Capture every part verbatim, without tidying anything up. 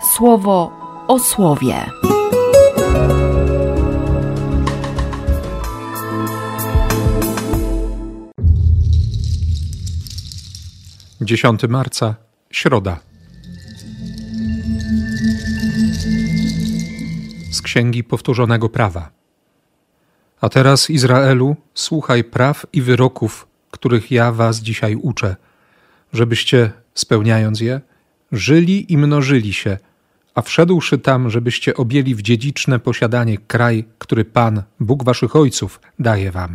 Słowo o słowie. dziesiątego marca, środa. Z Księgi Powtórzonego Prawa. A teraz, Izraelu, słuchaj praw i wyroków, których ja was dzisiaj uczę, żebyście, spełniając je, żyli i mnożyli się, a wszedłszy tam, żebyście objęli w dziedziczne posiadanie kraj, który Pan, Bóg waszych ojców, daje wam.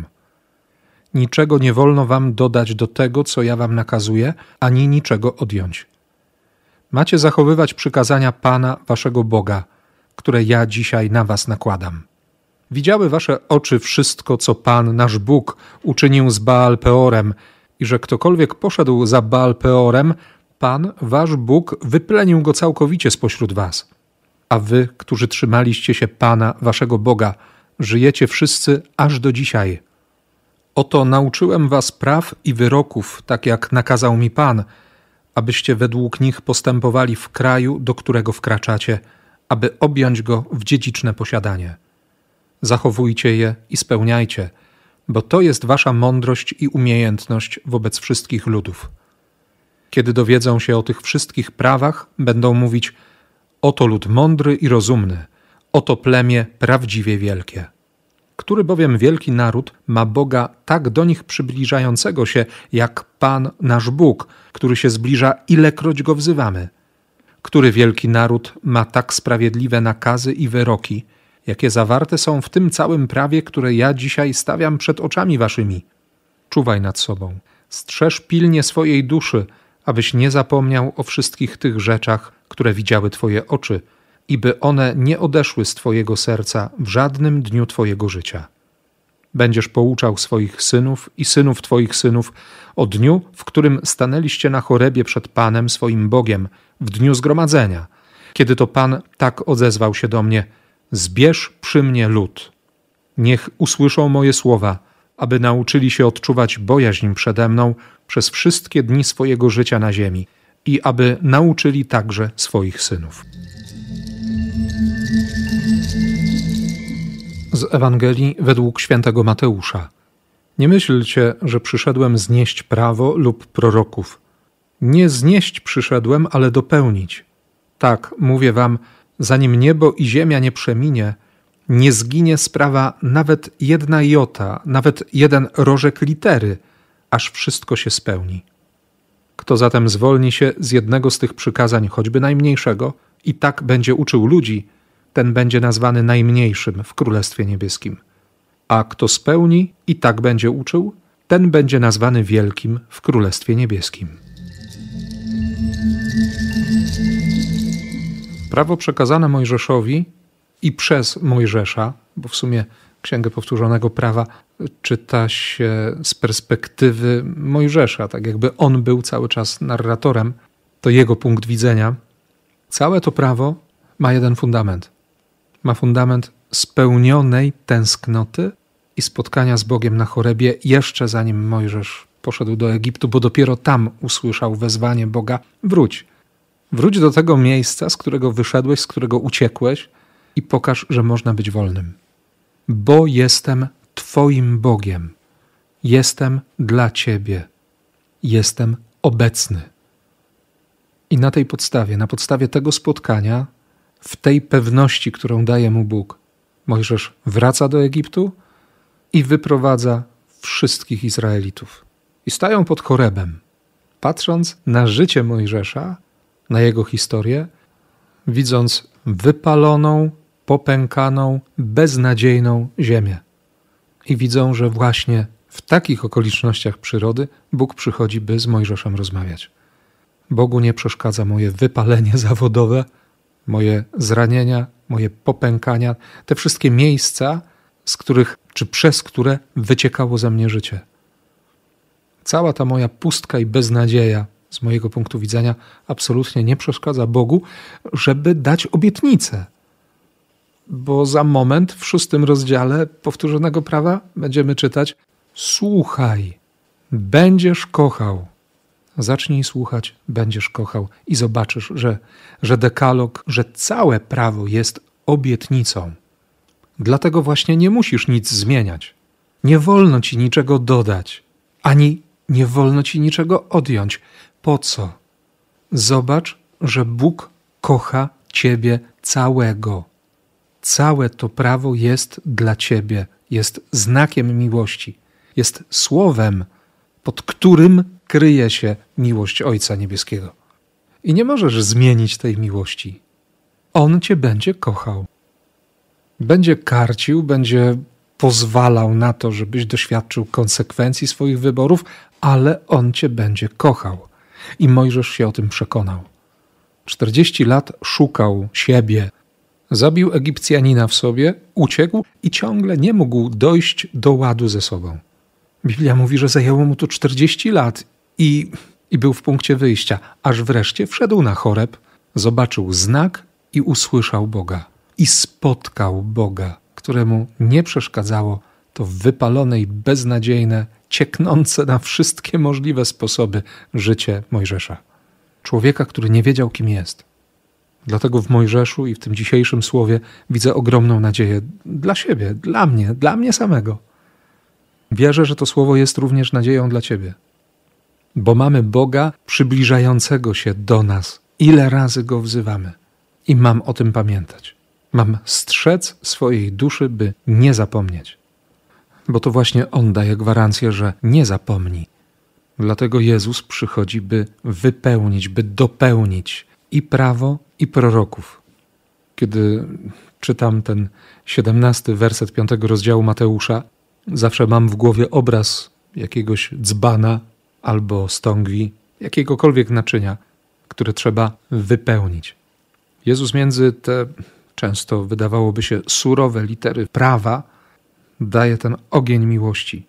Niczego nie wolno wam dodać do tego, co ja wam nakazuję, ani niczego odjąć. Macie zachowywać przykazania Pana, waszego Boga, które ja dzisiaj na was nakładam. Widziały wasze oczy wszystko, co Pan, nasz Bóg, uczynił z Baal Peorem i że ktokolwiek poszedł za Baal Peorem, Pan, wasz Bóg, wyplenił go całkowicie spośród was. A wy, którzy trzymaliście się Pana, waszego Boga, żyjecie wszyscy aż do dzisiaj. Oto nauczyłem was praw i wyroków, tak jak nakazał mi Pan, abyście według nich postępowali w kraju, do którego wkraczacie, aby objąć go w dziedziczne posiadanie. Zachowujcie je i spełniajcie, bo to jest wasza mądrość i umiejętność wobec wszystkich ludów. Kiedy dowiedzą się o tych wszystkich prawach, będą mówić: oto lud mądry i rozumny, oto plemię prawdziwie wielkie. Który bowiem wielki naród ma Boga tak do nich przybliżającego się, jak Pan nasz Bóg, który się zbliża, ilekroć go wzywamy? Który wielki naród ma tak sprawiedliwe nakazy i wyroki, jakie zawarte są w tym całym prawie, które ja dzisiaj stawiam przed oczami waszymi? Czuwaj nad sobą, strzeż pilnie swojej duszy, abyś nie zapomniał o wszystkich tych rzeczach, które widziały twoje oczy, i by one nie odeszły z twojego serca w żadnym dniu twojego życia. Będziesz pouczał swoich synów i synów twoich synów o dniu, w którym stanęliście na Chorebie przed Panem swoim Bogiem, w dniu zgromadzenia, kiedy to Pan tak odezwał się do mnie: zbierz przy mnie lud. Niech usłyszą moje słowa, aby nauczyli się odczuwać bojaźń przede mną przez wszystkie dni swojego życia na ziemi i aby nauczyli także swoich synów. Z Ewangelii według świętego Mateusza. Nie myślcie, że przyszedłem znieść prawo lub proroków. Nie znieść przyszedłem, ale dopełnić. Tak, mówię wam, zanim niebo i ziemia nie przeminie, nie zginie z prawa nawet jedna jota, nawet jeden rożek litery, aż wszystko się spełni. Kto zatem zwolni się z jednego z tych przykazań, choćby najmniejszego, i tak będzie uczył ludzi, ten będzie nazwany najmniejszym w Królestwie Niebieskim. A kto spełni i tak będzie uczył, ten będzie nazwany wielkim w Królestwie Niebieskim. Prawo przekazane Mojżeszowi i przez Mojżesza, bo w sumie Księgę Powtórzonego Prawa czyta się z perspektywy Mojżesza, tak jakby on był cały czas narratorem, to jego punkt widzenia. Całe to prawo ma jeden fundament. Ma fundament spełnionej tęsknoty i spotkania z Bogiem na Chorebie jeszcze zanim Mojżesz poszedł do Egiptu, bo dopiero tam usłyszał wezwanie Boga: wróć. Wróć do tego miejsca, z którego wyszedłeś, z którego uciekłeś i pokaż, że można być wolnym. Bo jestem Twoim Bogiem. Jestem dla Ciebie. Jestem obecny. I na tej podstawie, na podstawie tego spotkania, w tej pewności, którą daje mu Bóg, Mojżesz wraca do Egiptu i wyprowadza wszystkich Izraelitów. I stają pod Chorebem, patrząc na życie Mojżesza, na jego historię, widząc wypaloną, popękaną, beznadziejną ziemię. I widzą, że właśnie w takich okolicznościach przyrody Bóg przychodzi, by z Mojżeszem rozmawiać. Bogu nie przeszkadza moje wypalenie zawodowe, moje zranienia, moje popękania, te wszystkie miejsca, z których czy przez które wyciekało ze mnie życie. Cała ta moja pustka i beznadzieja z mojego punktu widzenia absolutnie nie przeszkadza Bogu, żeby dać obietnicę. Bo za moment w szóstym rozdziale Powtórzonego Prawa będziemy czytać: słuchaj, będziesz kochał, Zacznij słuchać, będziesz kochał i zobaczysz, że, że dekalog, że całe prawo jest obietnicą. Dlatego właśnie nie musisz nic zmieniać. Nie wolno ci niczego dodać, ani nie wolno ci niczego odjąć. Po co? Zobacz, że Bóg kocha ciebie całego. Całe to prawo jest dla ciebie, jest znakiem miłości, jest słowem, pod którym kryje się miłość Ojca Niebieskiego. I nie możesz zmienić tej miłości. On cię będzie kochał. Będzie karcił, będzie pozwalał na to, żebyś doświadczył konsekwencji swoich wyborów, ale On cię będzie kochał. I Mojżesz się o tym przekonał. czterdzieści lat szukał siebie. Zabił Egipcjanina w sobie, uciekł i ciągle nie mógł dojść do ładu ze sobą. Biblia mówi, że zajęło mu to czterdzieści lat i, i był w punkcie wyjścia, aż wreszcie wszedł na Choreb, zobaczył znak i usłyszał Boga. I spotkał Boga, któremu nie przeszkadzało to wypalone i beznadziejne, cieknące na wszystkie możliwe sposoby życie Mojżesza. Człowieka, który nie wiedział, kim jest. Dlatego w Mojżeszu i w tym dzisiejszym słowie widzę ogromną nadzieję dla siebie, dla mnie, dla mnie samego. Wierzę, że to słowo jest również nadzieją dla ciebie. Bo mamy Boga przybliżającego się do nas. Ile razy Go wzywamy. I mam o tym pamiętać. Mam strzec swojej duszy, by nie zapomnieć. Bo to właśnie On daje gwarancję, że nie zapomni. Dlatego Jezus przychodzi, by wypełnić, by dopełnić i prawo, i proroków. Kiedy czytam ten siedemnasty werset piątego rozdziału Mateusza, zawsze mam w głowie obraz jakiegoś dzbana albo stągwi, jakiegokolwiek naczynia, które trzeba wypełnić. Jezus między te często wydawałoby się surowe litery prawa daje ten ogień miłości.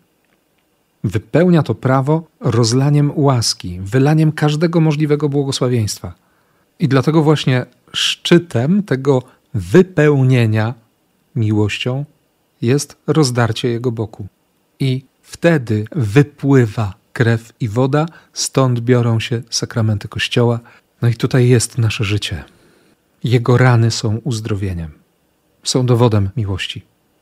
Wypełnia to prawo rozlaniem łaski, wylaniem każdego możliwego błogosławieństwa. I dlatego właśnie szczytem tego wypełnienia miłością jest rozdarcie Jego boku. I wtedy wypływa krew i woda, stąd biorą się sakramenty Kościoła. No i tutaj jest nasze życie. Jego rany są uzdrowieniem. Są dowodem miłości.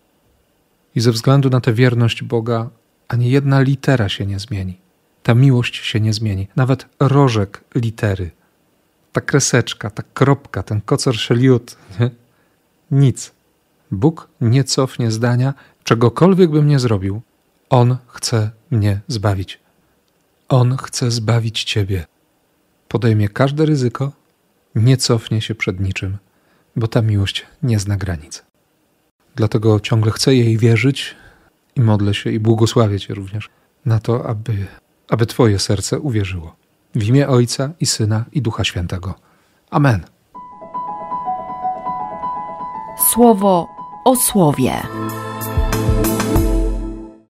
I ze względu na tę wierność Boga ani jedna litera się nie zmieni. Ta miłość się nie zmieni. Nawet rożek litery. Ta kreseczka, ta kropka, ten kocer szeliut. Nie? Nic. Bóg nie cofnie zdania, czegokolwiek bym nie zrobił. On chce mnie zbawić. On chce zbawić ciebie. Podejmie każde ryzyko, nie cofnie się przed niczym, bo ta miłość nie zna granic. Dlatego ciągle chcę jej wierzyć i modlę się i błogosławię Cię również na to, aby, aby Twoje serce uwierzyło. W imię Ojca i Syna i Ducha Świętego. Amen. Słowo o słowie.